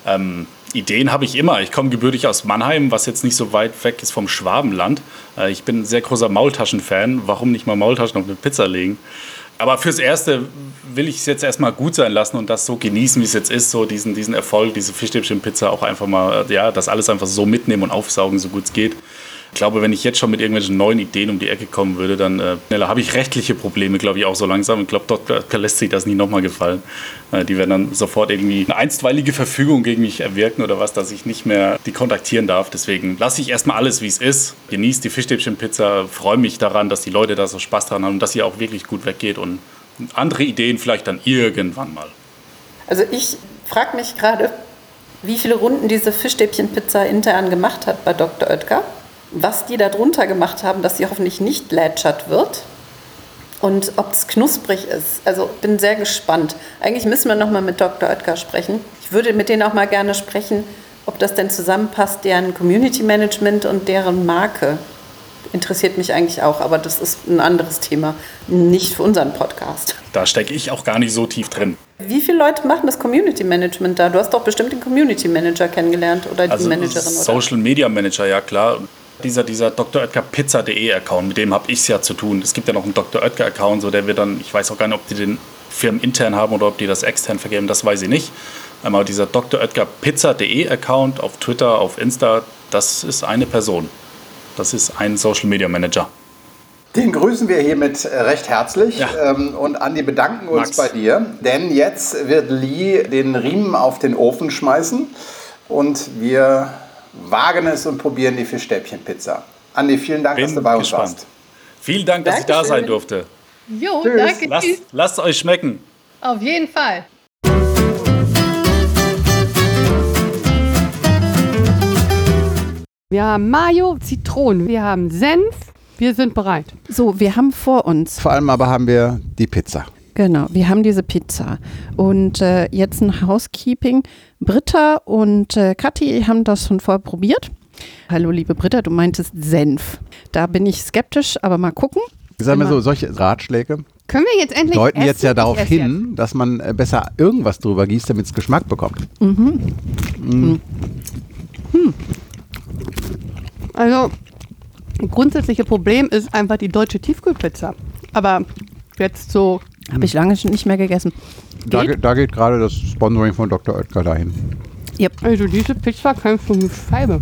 Speaker 2: Ideen habe ich immer. Ich komme gebürtig aus Mannheim, was jetzt nicht so weit weg ist vom Schwabenland. Ich bin ein sehr großer Maultaschen-Fan. Warum nicht mal Maultaschen auf eine Pizza legen? Aber fürs Erste will ich es jetzt erstmal gut sein lassen und das so genießen, wie es jetzt ist. So diesen Erfolg, diese Fischstäbchen-Pizza auch einfach mal, ja, das alles einfach so mitnehmen und aufsaugen, so gut es geht. Ich glaube, wenn ich jetzt schon mit irgendwelchen neuen Ideen um die Ecke kommen würde, dann habe ich rechtliche Probleme, glaube ich, auch so langsam. Ich glaube, dort lässt sich das nicht nochmal gefallen. Die werden dann sofort irgendwie eine einstweilige Verfügung gegen mich erwirken oder was, dass ich nicht mehr die kontaktieren darf. Deswegen lasse ich erstmal alles, wie es ist. Genieße die Fischstäbchen-Pizza, freue mich daran, dass die Leute da so Spaß dran haben und dass sie auch wirklich gut weggeht und andere Ideen vielleicht dann irgendwann mal.
Speaker 6: Also ich frage mich gerade, wie viele Runden diese Fischstäbchen-Pizza intern gemacht hat bei Dr. Oetker. Was die da drunter gemacht haben, dass sie hoffentlich nicht lätschert wird und ob es knusprig ist. Also bin sehr gespannt. Eigentlich müssen wir nochmal mit Dr. Oetker sprechen. Ich würde mit denen auch mal gerne sprechen, ob das denn zusammenpasst, deren Community Management und deren Marke. Interessiert mich eigentlich auch, aber das ist ein anderes Thema, nicht für unseren Podcast.
Speaker 2: Da stecke ich auch gar nicht so tief drin.
Speaker 6: Wie viele Leute machen das Community Management da? Du hast doch bestimmt den Community Manager kennengelernt oder die Managerin, oder?
Speaker 2: Social Media Manager, ja klar. Dieser Dr. Oetker Pizza.de Account, mit dem habe ich es ja zu tun. Es gibt ja noch einen Dr. Oetker Account, so der wird dann, ich weiß auch gar nicht, ob die den Firmen intern haben oder ob die das extern vergeben, das weiß ich nicht. Aber dieser Dr. Oetker Pizza.de Account auf Twitter, auf Insta, das ist eine Person. Das ist ein Social Media Manager.
Speaker 7: Den grüßen wir hiermit recht herzlich. Ja. Und Andi, bedanken uns bei dir. Denn jetzt wird Lee den Riemen auf den Ofen schmeißen und wir wagen es und probieren die Fischstäbchen-Pizza. Andi, vielen Dank, dass du bei uns warst.
Speaker 2: Vielen Dank, dass ich da sein durfte.
Speaker 5: Jo, danke.
Speaker 2: Lasst euch schmecken.
Speaker 5: Auf jeden Fall. Wir haben Mayo, Zitronen, wir haben Senf. Wir sind bereit.
Speaker 3: So, wir haben vor uns.
Speaker 4: Vor allem aber haben wir die Pizza.
Speaker 3: Genau, wir haben diese Pizza. Und jetzt ein Housekeeping. Britta und Kathi haben das schon vorher probiert. Hallo, liebe Britta, du meintest Senf. Da bin ich skeptisch, aber mal gucken.
Speaker 4: Sagen wir so, solche Ratschläge
Speaker 5: können wir jetzt endlich
Speaker 4: deuten
Speaker 5: essen?
Speaker 4: Jetzt ja darauf hin, dass man besser irgendwas drüber gießt, damit es Geschmack bekommt.
Speaker 5: Mhm. Mhm. Also, das grundsätzliche Problem ist einfach die deutsche Tiefkühlpizza. Aber jetzt so...
Speaker 3: Habe ich lange nicht mehr gegessen.
Speaker 4: Da geht gerade das Sponsoring von Dr. Oetker dahin.
Speaker 5: Yep. Also diese Pizza kannst du mit Scheibe.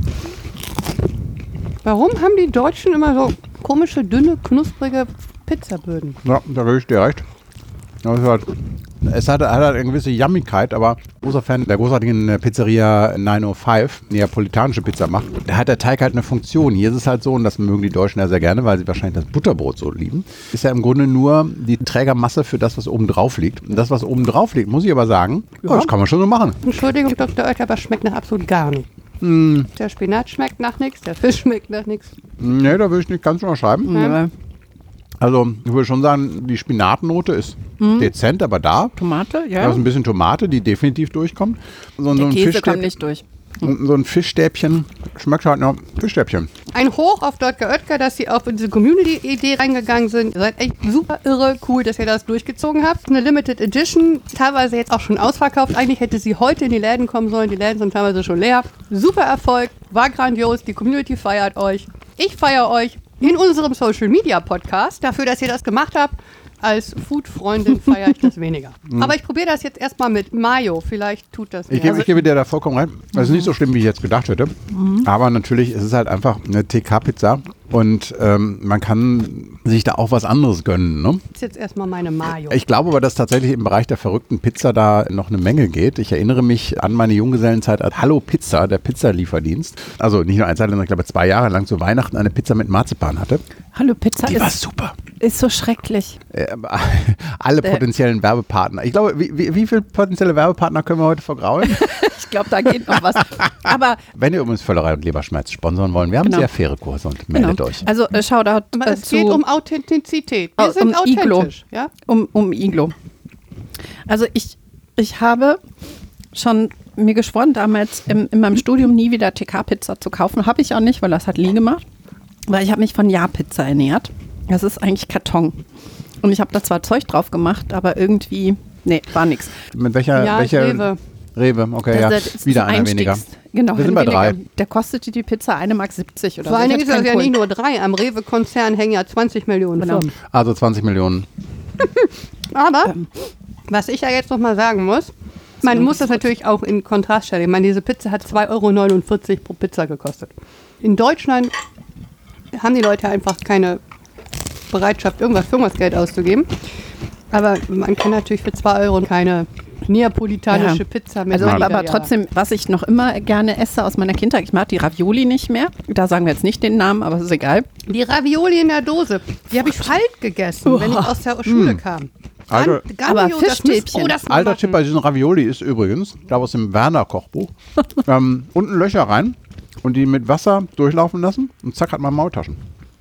Speaker 5: Warum haben die Deutschen immer so komische, dünne, knusprige Pizzaböden?
Speaker 4: Ja, da gebe ich dir recht. Es hat eine gewisse Jammigkeit, aber großer Fan der großartigen Pizzeria 905, neapolitanische Pizza macht. Da hat der Teig halt eine Funktion. Hier ist es halt so, und das mögen die Deutschen ja sehr gerne, weil sie wahrscheinlich das Butterbrot so lieben, ist ja im Grunde nur die Trägermasse für das, was oben drauf liegt. Und das, was oben drauf liegt, muss ich aber sagen, ja, das kann man schon so machen.
Speaker 5: Entschuldigung, Dr. Oetker, aber schmeckt nach absolut gar nichts. Der Spinat schmeckt nach nichts, der Fisch schmeckt nach nichts.
Speaker 4: Nee, da will ich nicht ganz unterschreiben.
Speaker 5: Ja.
Speaker 4: Also ich würde schon sagen, die Spinatnote ist dezent, aber da.
Speaker 3: Tomate, ja.
Speaker 4: Da ist ein bisschen Tomate, die definitiv durchkommt.
Speaker 3: Der Käse kommt nicht durch.
Speaker 4: So ein Fischstäbchen schmeckt halt noch Fischstäbchen.
Speaker 5: Ein Hoch auf Dr. Oetker, dass Sie auch in diese Community-Idee reingegangen sind. Ihr seid echt super irre, cool, dass ihr das durchgezogen habt. Eine Limited Edition, teilweise jetzt auch schon ausverkauft. Eigentlich hätte sie heute in die Läden kommen sollen. Die Läden sind teilweise schon leer. Super Erfolg, war grandios. Die Community feiert euch. Ich feiere euch in unserem Social Media Podcast dafür, dass ihr das gemacht habt. Als Food-Freundin feiere ich das weniger. Aber ich probiere das jetzt erstmal mit Mayo. Vielleicht tut das mehr.
Speaker 4: Ich gebe dir da vollkommen rein. Das ist nicht so schlimm, wie ich jetzt gedacht hätte. Aber natürlich, es ist halt einfach eine TK-Pizza. Und man kann sich da auch was anderes gönnen. Ne?
Speaker 5: Das ist jetzt erstmal meine Mayo.
Speaker 4: Ich glaube aber, dass tatsächlich im Bereich der verrückten Pizza da noch eine Menge geht. Ich erinnere mich an meine Junggesellenzeit als Hallo Pizza, der Pizzalieferdienst. Also nicht nur eine Zeit lang, ich glaube 2 Jahre lang zu Weihnachten eine Pizza mit Marzipan hatte.
Speaker 3: Hallo Pizza
Speaker 4: Die war super.
Speaker 3: Ist so schrecklich.
Speaker 4: Alle potenziellen Werbepartner. Ich glaube, wie viele potenzielle Werbepartner können wir heute vergraulen?
Speaker 3: Ich glaube, da geht noch was. Aber
Speaker 4: wenn ihr übrigens Völlerei und Leberschmerz sponsern wollen, wir haben sehr faire Kurse und meldet euch.
Speaker 3: Also Shoutout
Speaker 5: Aber es geht um Authentizität. Wir sind authentisch. Ja?
Speaker 3: Um Iglo. Also ich habe schon mir geschworen, damals in meinem Studium nie wieder TK-Pizza zu kaufen. Habe ich auch nicht, weil das hat Lee gemacht. Weil ich habe mich von Ja-Pizza ernährt. Das ist eigentlich Karton. Und ich habe da zwar Zeug drauf gemacht, aber irgendwie, nee, war nichts.
Speaker 4: Mit welcher
Speaker 5: Rewe.
Speaker 4: Rewe, okay,
Speaker 3: das
Speaker 4: wieder einer weniger.
Speaker 3: Genau,
Speaker 4: wir sind bei 3.
Speaker 3: Der kostete die Pizza 1,70 Mark oder so.
Speaker 5: Vor allen Dingen ist das ja nicht nur 3. Am Rewe-Konzern hängen ja 20 Millionen Firmen.
Speaker 4: Also 20 Millionen.
Speaker 5: Aber, was ich ja jetzt nochmal sagen muss, man muss das natürlich auch in Kontrast stellen. Ich meine, diese Pizza hat 2,49 € pro Pizza gekostet. In Deutschland haben die Leute einfach keine Bereitschaft, für irgendwas Geld auszugeben. Aber man kann natürlich für 2 € keine neapolitanische Pizza mit.
Speaker 3: Also, aber trotzdem, was ich noch immer gerne esse aus meiner Kindheit, ich mag die Ravioli nicht mehr. Da sagen wir jetzt nicht den Namen, aber es ist egal.
Speaker 5: Die Ravioli in der Dose, die habe ich kalt gegessen, wenn ich aus der Schule kam.
Speaker 4: Also,
Speaker 3: aber Fischstäbchen.
Speaker 4: Alter Tipp bei diesen Ravioli ist übrigens, ich glaube aus dem Werner-Kochbuch, unten Löcher rein und die mit Wasser durchlaufen lassen und zack hat man Maultaschen.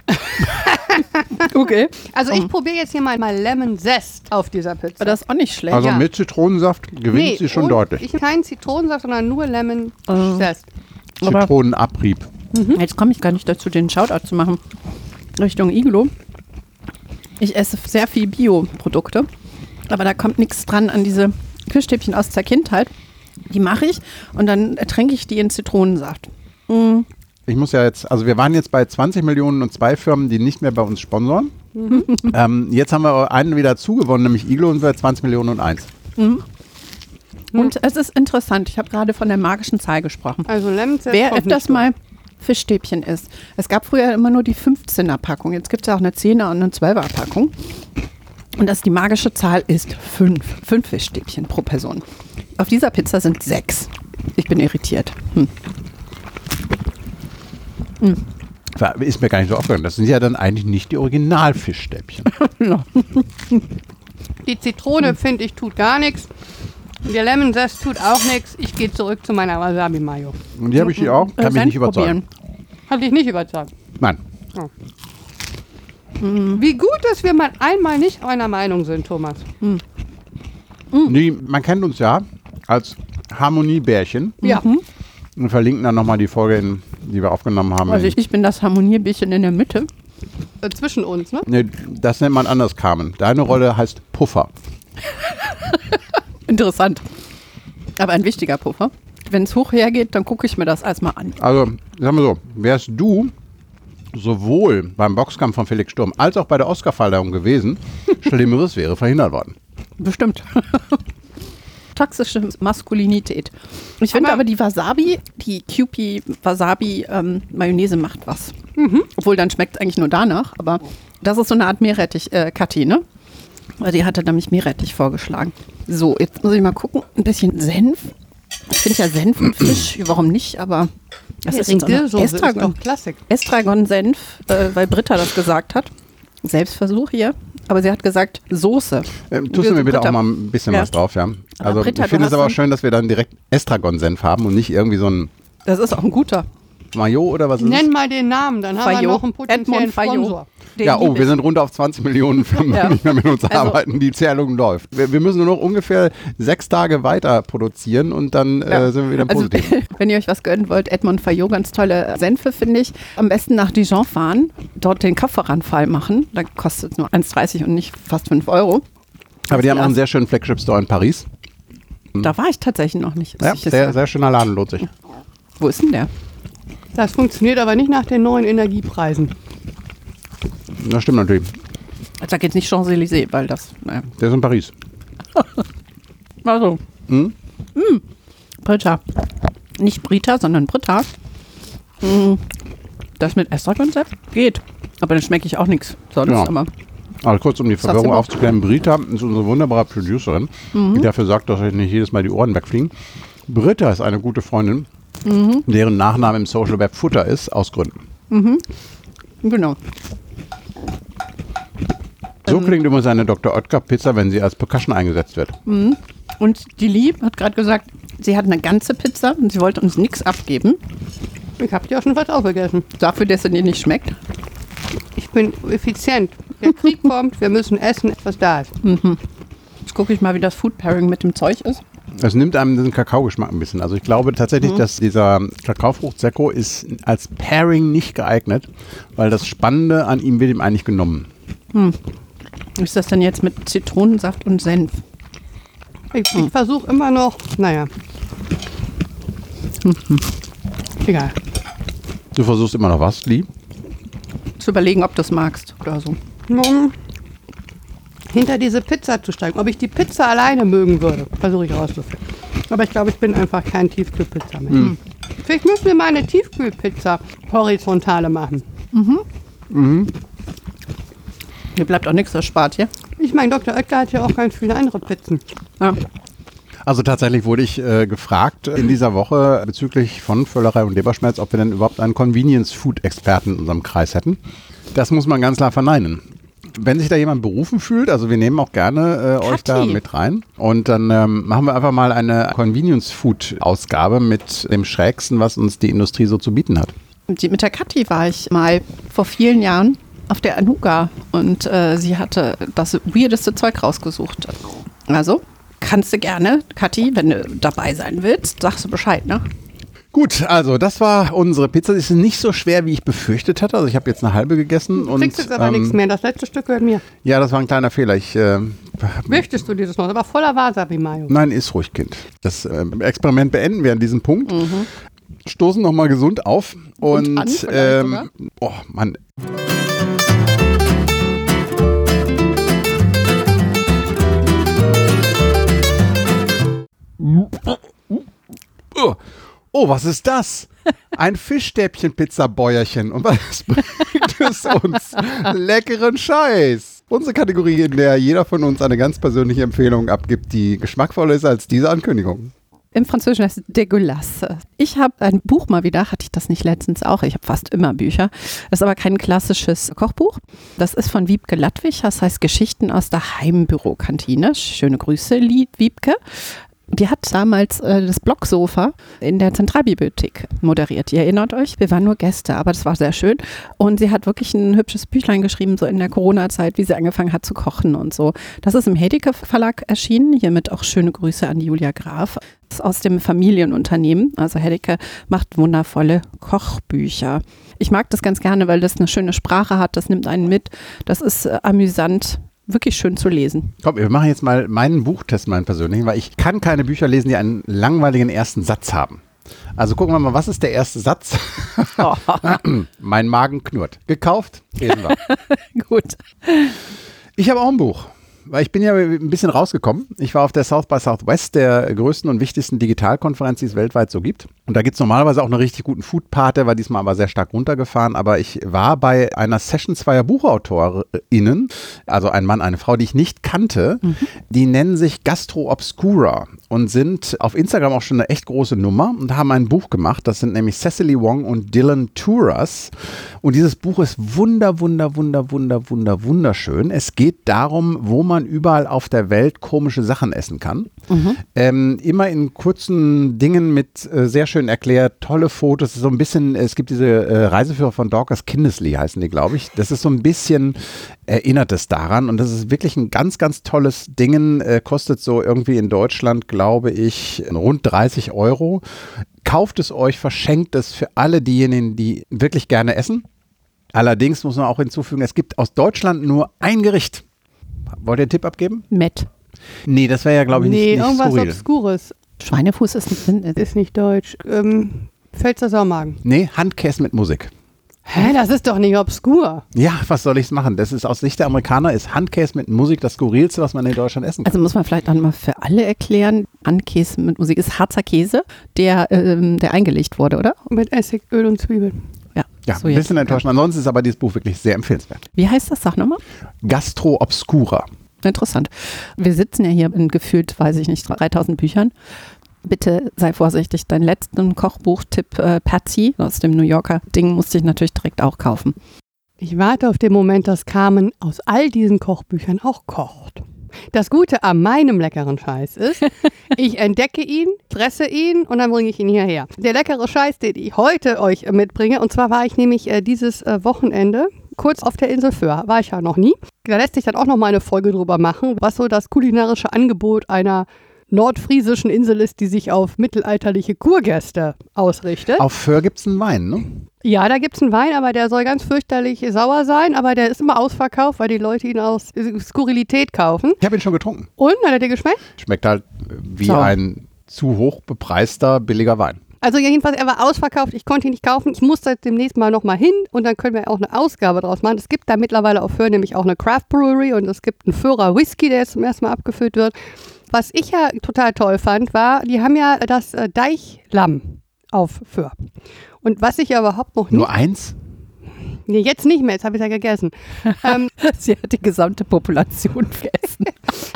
Speaker 3: Okay.
Speaker 5: Also ich probiere jetzt hier mal Lemon Zest auf dieser Pizza.
Speaker 3: Aber das ist auch nicht schlecht.
Speaker 4: Also mit Zitronensaft gewinnt sie schon deutlich.
Speaker 5: Kein Zitronensaft, sondern nur Lemon Zest.
Speaker 4: Zitronenabrieb.
Speaker 3: Jetzt komme ich gar nicht dazu, den Shoutout zu machen. Richtung Iglo. Ich esse sehr viel Bioprodukte, aber da kommt nichts dran an diese Fischstäbchen aus der Kindheit. Die mache ich und dann ertränke ich die in Zitronensaft.
Speaker 4: Ich muss ja jetzt, also wir waren jetzt bei 20 Millionen und 2 Firmen, die nicht mehr bei uns sponsoren. Jetzt haben wir einen wieder zugewonnen, nämlich Iglo, und wir 20 Millionen und 1.
Speaker 3: Und es ist interessant, ich habe gerade von der magischen Zahl gesprochen.
Speaker 5: Also
Speaker 3: wer öfters mal Fischstäbchen isst. Es gab früher immer nur die 15er-Packung. Jetzt gibt es ja auch eine 10er und eine 12er-Packung. Und die magische Zahl ist 5. 5 Fischstäbchen pro Person. Auf dieser Pizza sind 6. Ich bin irritiert.
Speaker 4: Ist mir gar nicht so aufgegangen. Das sind ja dann eigentlich nicht die Originalfischstäbchen.
Speaker 5: Die Zitrone, finde ich, tut gar nichts. Der Lemon Zest tut auch nichts. Ich gehe zurück zu meiner Wasabi Mayo.
Speaker 4: Und die habe ich hier auch. Kann mich nicht überzeugen.
Speaker 5: Hat dich nicht überzeugt?
Speaker 4: Nein.
Speaker 5: Oh. Wie gut, dass wir mal einmal nicht einer Meinung sind, Thomas.
Speaker 4: Man kennt uns ja als Harmoniebärchen.
Speaker 5: Ja.
Speaker 4: Und verlinken dann nochmal die Folge, die wir aufgenommen haben.
Speaker 3: Also ich bin das Harmoniebärchen in der Mitte.
Speaker 5: Zwischen uns, ne?
Speaker 4: Nee, das nennt man anders, Carmen. Deine Rolle heißt Puffer.
Speaker 3: Interessant. Aber ein wichtiger Puffer. Wenn es hoch hergeht, dann gucke ich mir das erstmal an.
Speaker 4: Also, sagen wir so, wärst du sowohl beim Boxkampf von Felix Sturm als auch bei der Oscarverleihung gewesen, Schlimmeres wäre verhindert worden.
Speaker 3: Bestimmt. Toxische Maskulinität. Ich finde aber die Wasabi, die Kewpie Wasabi Mayonnaise macht was. Obwohl dann schmeckt es eigentlich nur danach, aber das ist so eine Art Meerrettich, Kathi, ne? Die hatte nämlich Meerrettich vorgeschlagen. So, jetzt muss ich mal gucken. Ein bisschen Senf. Ich finde ja Senf und Fisch, warum nicht, aber das ist jetzt
Speaker 5: Estragon. Klassik.
Speaker 3: Estragon-Senf, weil Britta das gesagt hat. Selbstversuch hier. Aber sie hat gesagt, Soße.
Speaker 4: Tust du mir bitte auch mal ein bisschen was drauf, ja? Also Britta, ich finde es aber auch schön, dass wir dann direkt Estragon-Senf haben und nicht irgendwie so ein...
Speaker 3: Das ist auch ein guter.
Speaker 4: Mayo oder was ist
Speaker 5: Nenn mal den Namen, dann haben wir noch einen potenziellen Sponsor.
Speaker 4: Ja, wir sind runter auf 20 Millionen Firmen, die nicht mehr mit uns arbeiten. Die Zählung läuft. Wir müssen nur noch ungefähr 6 Tage weiter produzieren und dann sind wir wieder positiv.
Speaker 3: Also, wenn ihr euch was gönnen wollt, Edmond Fayot, ganz tolle Senfe, finde ich. Am besten nach Dijon fahren, dort den Kopfhörerfall machen. Da kostet es nur 1,30 und nicht fast 5 €.
Speaker 4: Aber die haben auch einen sehr schönen Flagship-Store in Paris.
Speaker 3: Da war ich tatsächlich noch nicht.
Speaker 4: Ja, sehr schöner Laden, lohnt sich.
Speaker 3: Wo ist denn der?
Speaker 5: Das funktioniert aber nicht nach den neuen Energiepreisen.
Speaker 4: Das stimmt natürlich.
Speaker 3: Ich sage jetzt nicht Champs-Élysées, weil das...
Speaker 4: Der ist in Paris.
Speaker 3: Also. Nicht Brita, sondern Britta. Das mit Estragonsaft geht. Aber dann schmecke ich auch nichts sonst.
Speaker 4: Ja.
Speaker 3: Aber
Speaker 4: also kurz, um die Verwirrung aufzuklären, Britta ist unsere wunderbare Producerin, die dafür sorgt, dass euch nicht jedes Mal die Ohren wegfliegen. Britta ist eine gute Freundin, deren Nachname im Social Web Futter ist, aus Gründen.
Speaker 3: genau.
Speaker 4: So klingt immer seine Dr. Oetker Pizza, wenn sie als Percussion eingesetzt wird.
Speaker 3: Und die Lieb hat gerade gesagt, sie hat eine ganze Pizza und sie wollte uns nichts abgeben.
Speaker 5: Ich habe die auch schon was aufgegessen.
Speaker 3: Dafür, dass sie dir nicht schmeckt.
Speaker 5: Ich bin effizient. Der Krieg kommt, wir müssen essen, was da ist.
Speaker 3: Jetzt gucke ich mal, wie das Food Pairing mit dem Zeug ist.
Speaker 4: Es nimmt einem den Kakaogeschmack ein bisschen. Also ich glaube tatsächlich, dass dieser Kakaofrucht-Sekko ist als Pairing nicht geeignet, weil das Spannende an ihm wird ihm eigentlich genommen.
Speaker 3: Ist das denn jetzt mit Zitronensaft und Senf?
Speaker 5: Ich versuche immer noch, naja. Egal.
Speaker 4: Du versuchst immer noch was, Lee?
Speaker 3: Zu überlegen, ob du es magst oder so.
Speaker 5: Hinter diese Pizza zu steigen. Ob ich die Pizza alleine mögen würde, versuche ich rauszufinden. Aber ich glaube, ich bin einfach kein Tiefkühlpizza-Mensch. Vielleicht müssen wir mal eine Tiefkühlpizza horizontale machen.
Speaker 3: Hier bleibt auch nichts erspart hier.
Speaker 5: Ich meine, Dr. Oetker hat ja auch ganz viele andere Pizzen.
Speaker 3: Ja.
Speaker 4: Also tatsächlich wurde ich gefragt in dieser Woche bezüglich von Völlerei und Leberschmerz, ob wir denn überhaupt einen Convenience-Food-Experten in unserem Kreis hätten. Das muss man ganz klar verneinen. Wenn sich da jemand berufen fühlt, also wir nehmen auch gerne euch da mit rein. Und dann machen wir einfach mal eine Convenience-Food-Ausgabe mit dem Schrägsten, was uns die Industrie so zu bieten hat.
Speaker 3: Mit der Kathi war ich mal vor vielen Jahren auf der Anuga und sie hatte das weirdeste Zeug rausgesucht. Also kannst du gerne, Kathi, wenn du dabei sein willst, sagst du Bescheid, ne?
Speaker 4: Gut, also das war unsere Pizza. Die ist nicht so schwer, wie ich befürchtet hatte. Also ich habe jetzt eine halbe gegessen.
Speaker 5: Du kriegst jetzt aber nichts mehr. Das letzte Stück gehört mir.
Speaker 4: Ja, das war ein kleiner Fehler.
Speaker 5: Möchtest du dieses noch? Aber voller Wasabi-Mayo.
Speaker 4: Nein, iss ruhig, Kind. Das Experiment beenden wir an diesem Punkt. Stoßen nochmal gesund auf. Und an, oh Mann. Oh, was ist das? Ein Fischstäbchen-Pizza-Bäuerchen. Und was bringt es uns? Leckeren Scheiß. Unsere Kategorie, in der jeder von uns eine ganz persönliche Empfehlung abgibt, die geschmackvoller ist als diese Ankündigung.
Speaker 3: Im Französischen heißt es Dégueulasse. Ich habe ein Buch mal wieder, hatte ich das nicht letztens auch? Ich habe fast immer Bücher. Das ist aber kein klassisches Kochbuch. Das ist von Wiebke Ladwig, das heißt Geschichten aus der Heimbürokantine. Schöne Grüße, Wiebke. Die hat damals das Blogsofa in der Zentralbibliothek moderiert. Ihr erinnert euch, wir waren nur Gäste, aber das war sehr schön. Und sie hat wirklich ein hübsches Büchlein geschrieben, so in der Corona-Zeit, wie sie angefangen hat zu kochen und so. Das ist im Hedeke Verlag erschienen, hiermit auch schöne Grüße an Julia Graf. Das ist aus dem Familienunternehmen, also Hedeke macht wundervolle Kochbücher. Ich mag das ganz gerne, weil das eine schöne Sprache hat, das nimmt einen mit, das ist amüsant. Wirklich schön zu lesen.
Speaker 4: Komm, wir machen jetzt mal meinen Buchtest, meinen persönlichen, weil ich kann keine Bücher lesen, die einen langweiligen ersten Satz haben. Also gucken wir mal, was ist der erste Satz? Oh. Mein Magen knurrt. Gekauft? Lesen wir.
Speaker 3: Gut.
Speaker 4: Ich habe auch ein Buch. Weil ich bin ja ein bisschen rausgekommen. Ich war auf der South by Southwest, der größten und wichtigsten Digitalkonferenz, die es weltweit so gibt. Und da gibt es normalerweise auch einen richtig guten Food-Part, der war diesmal aber sehr stark runtergefahren. Aber ich war bei einer Session zweier BuchautorInnen, also ein Mann, eine Frau, die ich nicht kannte. Die nennen sich Gastro Obscura und sind auf Instagram auch schon eine echt große Nummer und haben ein Buch gemacht. Das sind nämlich Cecily Wong und Dylan Touras. Und dieses Buch ist wunderschön. Es geht darum, wo man überall auf der Welt komische Sachen essen kann. Immer in kurzen Dingen mit sehr schön erklärt, tolle Fotos. So ein bisschen, es gibt diese Reiseführer von Dorcas Kindersley, heißen die, glaube ich. Das ist so ein bisschen, erinnert es daran. Und das ist wirklich ein ganz, ganz tolles Ding. Kostet so irgendwie in Deutschland, glaube ich, rund 30 €. Kauft es euch, verschenkt es für alle diejenigen, die wirklich gerne essen. Allerdings muss man auch hinzufügen, es gibt aus Deutschland nur ein Gericht. Wollt ihr einen Tipp abgeben?
Speaker 3: Met.
Speaker 4: Nee, das wäre ja, glaube ich, nicht
Speaker 5: irgendwas
Speaker 4: skurril.
Speaker 5: Obskures.
Speaker 3: Schweinefuß ist
Speaker 5: nicht deutsch. Pfälzer Saumagen.
Speaker 4: Nee, Handkäse mit Musik.
Speaker 5: Hä, das ist doch nicht obskur.
Speaker 4: Ja, was soll ich machen? Das ist aus Sicht der Amerikaner ist Handkäse mit Musik das Skurrilste, was man in Deutschland essen kann.
Speaker 3: Also muss man vielleicht dann mal für alle erklären, Handkäse mit Musik ist Harzer Käse, der eingelegt wurde, oder?
Speaker 5: Mit Essig, Öl und Zwiebeln.
Speaker 4: Ja, so ein bisschen enttäuschend. Ansonsten ist aber dieses Buch wirklich sehr empfehlenswert.
Speaker 3: Wie heißt das? Sag nochmal.
Speaker 4: Gastro Obscura.
Speaker 3: Interessant. Wir sitzen ja hier in gefühlt, weiß ich nicht, 3000 Büchern. Bitte sei vorsichtig. Deinen letzten Kochbuchtipp, Patsy, aus dem New Yorker Ding, musste ich natürlich direkt auch kaufen.
Speaker 5: Ich warte auf den Moment, dass Carmen aus all diesen Kochbüchern auch kocht. Das Gute an meinem leckeren Scheiß ist, ich entdecke ihn, fresse ihn und dann bringe ich ihn hierher. Der leckere Scheiß, den ich heute euch mitbringe, und zwar war ich nämlich dieses Wochenende kurz auf der Insel Föhr, war ich ja noch nie. Da lässt sich dann auch noch mal eine Folge drüber machen, was so das kulinarische Angebot einer nordfriesischen Insel ist, die sich auf mittelalterliche Kurgäste ausrichtet.
Speaker 4: Auf Föhr gibt es einen Wein, ne?
Speaker 5: Ja, da gibt es einen Wein, aber der soll ganz fürchterlich sauer sein, aber der ist immer ausverkauft, weil die Leute ihn aus Skurrilität kaufen.
Speaker 4: Ich habe ihn schon getrunken.
Speaker 5: Und, hat er dir geschmeckt?
Speaker 4: Schmeckt halt wie ein zu hoch bepreister, billiger Wein.
Speaker 5: Also jedenfalls, er war ausverkauft, ich konnte ihn nicht kaufen. Ich muss da demnächst mal nochmal hin und dann können wir auch eine Ausgabe draus machen. Es gibt da mittlerweile auf Föhr nämlich auch eine Craft Brewery und es gibt einen Föhrer Whisky, der jetzt zum ersten Mal abgefüllt wird. Was ich ja total toll fand, war, die haben ja das Deichlamm auf Föhr. Und was ich ja überhaupt noch nicht...
Speaker 4: Nur eins?
Speaker 5: Nee, jetzt nicht mehr, jetzt habe ich es ja gegessen.
Speaker 3: Sie hat die gesamte Population gegessen.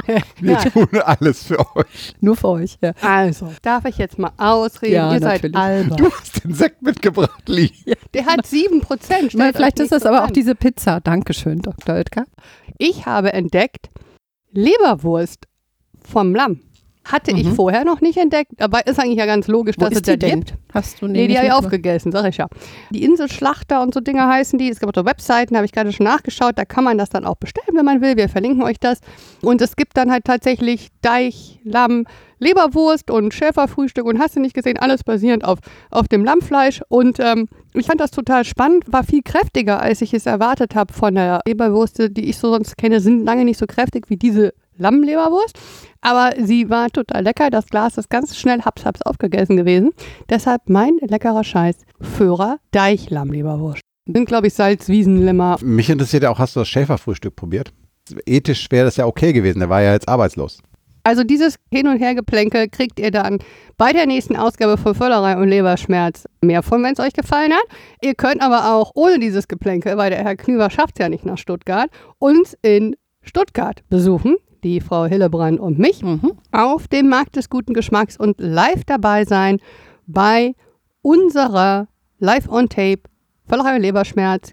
Speaker 4: Wir tun alles für euch.
Speaker 3: Nur für euch, ja.
Speaker 5: Also, darf ich jetzt mal ausreden?
Speaker 3: Ja,
Speaker 5: ihr
Speaker 3: natürlich.
Speaker 5: seid albern.
Speaker 4: Du hast den Sekt mitgebracht, Lee.
Speaker 5: Ja. Der hat 7%.
Speaker 3: Nein, vielleicht ist das aber auch diese Pizza. Dankeschön, Dr. Oetker.
Speaker 5: Ich habe entdeckt, Leberwurst vom Lamm. Hatte ich vorher noch nicht entdeckt, aber ist eigentlich ja ganz logisch, dass es da gibt.
Speaker 3: Hast du
Speaker 5: die habe ich aufgegessen, sag ich ja. Die Inselschlachter und so Dinger heißen die. Es gibt auch so Webseiten, habe ich gerade schon nachgeschaut. Da kann man das dann auch bestellen, wenn man will. Wir verlinken euch das. Und es gibt dann halt tatsächlich Deich, Lamm, Leberwurst und Schäferfrühstück und hast du nicht gesehen, alles basierend auf dem Lammfleisch. Und ich fand das total spannend, war viel kräftiger, als ich es erwartet habe von der Leberwurst, die ich so sonst kenne, sind lange nicht so kräftig wie diese Lammleberwurst, aber sie war total lecker. Das Glas ist ganz schnell haps aufgegessen gewesen. Deshalb mein leckerer Scheiß, Föhrer Deichlammleberwurst. Sind, glaube ich, Salzwiesenlimmer.
Speaker 4: Mich interessiert ja auch, hast du das Schäferfrühstück probiert? Ethisch wäre das ja okay gewesen, der war ja jetzt arbeitslos.
Speaker 5: Also dieses Hin- und Hergeplänkel kriegt ihr dann bei der nächsten Ausgabe von Völlerei und Leberschmerz mehr von, wenn es euch gefallen hat. Ihr könnt aber auch ohne dieses Geplänkel, weil der Herr Knüver schafft es ja nicht nach Stuttgart, uns in Stuttgart besuchen. Die Frau Hillebrand und mich, auf dem Markt des guten Geschmacks und live dabei sein bei unserer Live-on-Tape Völlerei und Leberschmerz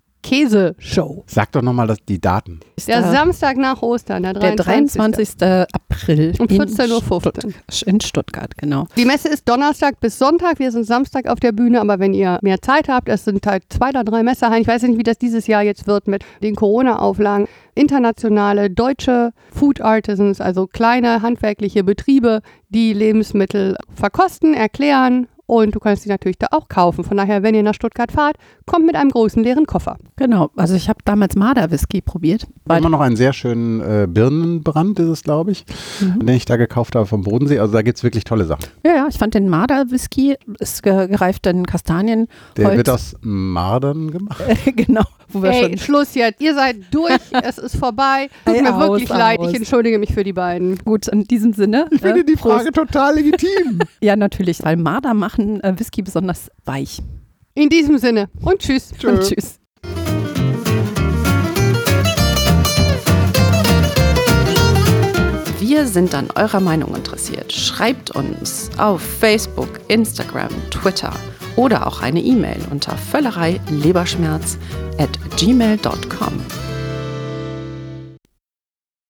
Speaker 5: Käseshow.
Speaker 4: Sag doch nochmal die Daten.
Speaker 5: Der Samstag nach Ostern, der
Speaker 3: 23. April.
Speaker 5: Um 14:15 Uhr.
Speaker 3: In Stuttgart, genau.
Speaker 5: Die Messe ist Donnerstag bis Sonntag. Wir sind Samstag auf der Bühne, aber wenn ihr mehr Zeit habt, es sind halt 2 oder 3 Messehallen. Ich weiß nicht, wie das dieses Jahr jetzt wird mit den Corona-Auflagen. Internationale deutsche Food Artisans, also kleine handwerkliche Betriebe, die Lebensmittel verkosten, erklären. Und du kannst sie natürlich da auch kaufen. Von daher, wenn ihr nach Stuttgart fahrt, kommt mit einem großen leeren Koffer.
Speaker 3: Genau, also ich habe damals Marder-Whisky probiert.
Speaker 4: Immer noch einen sehr schönen Birnenbrand ist es, glaube ich, den ich da gekauft habe vom Bodensee. Also da gibt es wirklich tolle Sachen.
Speaker 3: Ja, ich fand den Marder-Whisky, ist gereift in Kastanien.
Speaker 4: Der wird aus Mardern gemacht.
Speaker 3: Genau. Wo wir schon
Speaker 5: Schluss jetzt. Ihr seid durch, es ist vorbei. Tut mir wirklich leid, ich entschuldige mich für die beiden.
Speaker 3: Gut, in diesem Sinne.
Speaker 4: Ich finde die Frage total legitim.
Speaker 3: Ja, natürlich, weil Marder machen Whisky besonders weich.
Speaker 5: In diesem Sinne und tschüss.
Speaker 3: Und tschüss. Wir sind an eurer Meinung interessiert. Schreibt uns auf Facebook, Instagram, Twitter oder auch eine E-Mail unter völlereileberschmerz@gmail.com.